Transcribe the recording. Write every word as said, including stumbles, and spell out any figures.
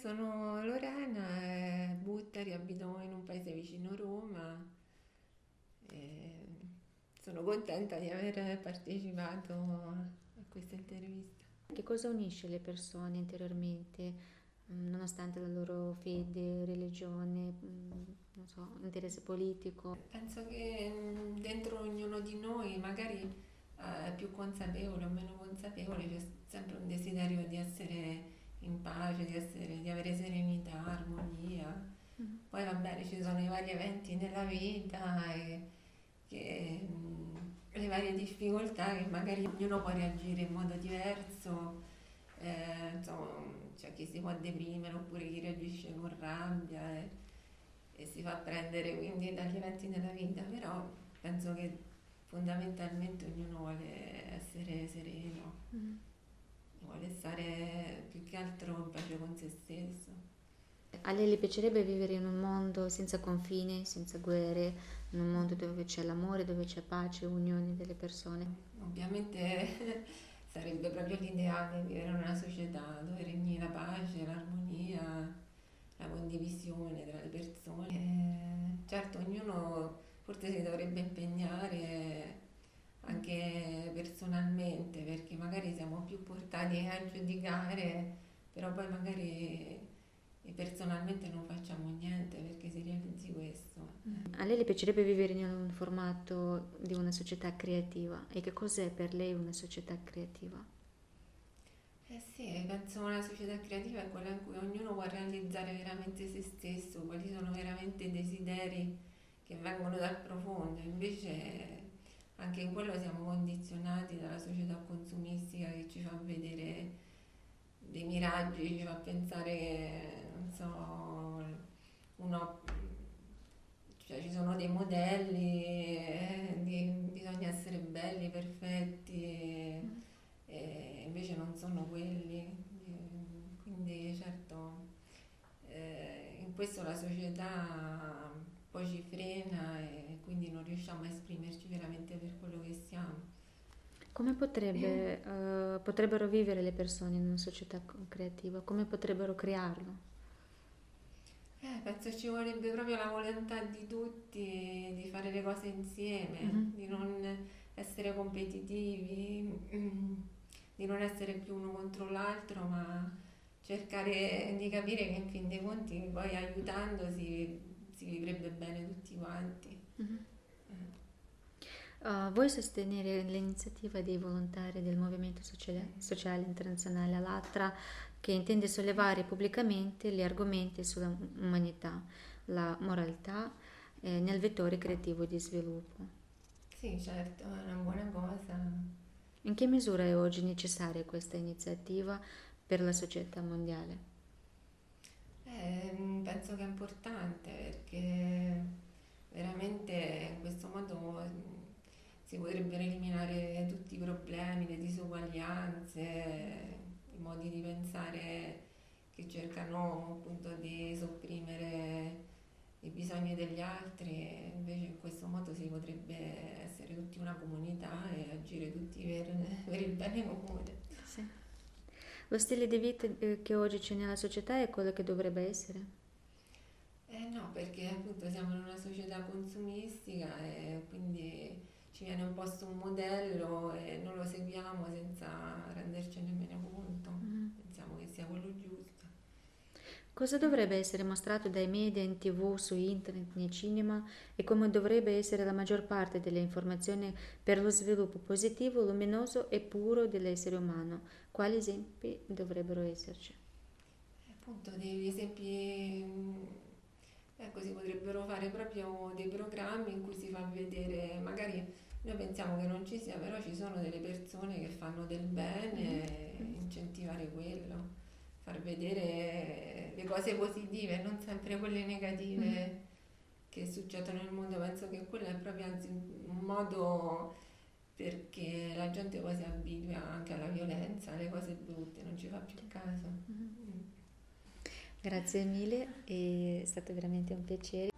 sono Lorena e Buttari, abito in un paese vicino Roma e sono contenta di aver partecipato a questa intervista. Che cosa unisce le persone interiormente, mm, nonostante la loro fede, religione, mm, non so, interesse politico? Penso che mm, dentro ognuno di noi, magari eh, più consapevole o meno consapevole, c'è sempre un desiderio di essere in pace, di essere- di avere serenità, armonia. Mhm. Poi va bene, ci sono i vari eventi nella vita e che, mh, le varie difficoltà che magari ognuno può reagire in modo diverso, eh, insomma, c'è chi si può deprimere oppure chi reagisce con rabbia e, e si fa prendere quindi dagli eventi nella vita, però penso che fondamentalmente ognuno vuole essere sereno, Mhm. vuole stare più che altro in pace con se stesso. A lei le piacerebbe vivere in un mondo senza confini, senza guerre, in un mondo dove c'è l'amore, dove c'è pace, unione delle persone? Ovviamente sarebbe proprio l'ideale vivere in una società dove regni la pace, l'armonia, la condivisione tra le persone. E certo, ognuno forse si dovrebbe impegnare anche personalmente, perché magari siamo più portati a giudicare, però poi magari personalmente non facciamo niente perché si realizzi questo. A lei le piacerebbe vivere in un formato di una società creativa? E che cos'è per lei una società creativa? Eh sì, penso una società creativa è quella in cui ognuno può realizzare veramente se stesso, quali sono veramente i desideri che vengono dal profondo, invece anche in quello siamo condizionati dalla società consumistica che ci fa vedere dei miraggi, ci fa pensare che, non so, uno, cioè ci sono dei modelli, eh, di- bisogna essere belli, perfetti, e, e invece non sono quelli. Eh, Quindi certo, eh, in questo la società poi ci frena e quindi non riusciamo a esprimerci veramente per quello che siamo. Come potrebbe, eh, potrebbero vivere le persone in una società co- creativa? Come potrebbero crearlo? Eh, penso ci vorrebbe proprio la volontà di tutti di fare le cose insieme, Mhm. di non essere competitivi, mm, di non essere più uno contro l'altro, ma cercare di capire che in fin dei conti poi aiutandosi si vivrebbe bene tutti quanti. Mhm. Eh, Uh, vuoi sostenere l'iniziativa dei volontari del Movimento Sociale, Sociale Internazionale Allatra che intende sollevare pubblicamente gli argomenti sulla umanità, la moralità eh, nel vettore creativo di sviluppo? sì, certo, è una buona cosa. In che misura è oggi necessaria questa iniziativa per la società mondiale? Eh, penso che è importante perché veramente in questo modo mm, si potrebbero eliminare tutti i problemi, le disuguaglianze, i modi di pensare che cercano appunto di sopprimere i bisogni degli altri e invece in questo modo si potrebbe essere tutti una comunità e agire tutti per, per il bene comune. Sì. Lo stile di vita eh, che oggi c'è nella società è quello che dovrebbe essere. Eh no, perché appunto siamo in una società consumistica e quindi ci viene imposto un modello e non lo seguiamo senza renderci nemmeno conto. Mhm. Pensiamo che sia quello giusto. Cosa dovrebbe essere mostrato dai media, in tv, su internet, nei cinema e come dovrebbe essere la maggior parte delle informazioni per lo sviluppo positivo, luminoso e puro dell'essere umano? Quali esempi dovrebbero esserci? E appunto degli esempi, mm, ecco, si potrebbero fare proprio dei programmi in cui si fa vedere, magari noi pensiamo che non ci sia, però ci sono delle persone che fanno del Mhm. bene, e incentivare quello, far vedere le cose positive, non sempre quelle Mhm. negative che succedono nel mondo. Penso che quello è proprio anzi un modo perché la gente poi si abitua anche alla violenza, alle cose brutte, non ci fa più caso. Mhm. Mm. Grazie mille, è stato veramente un piacere.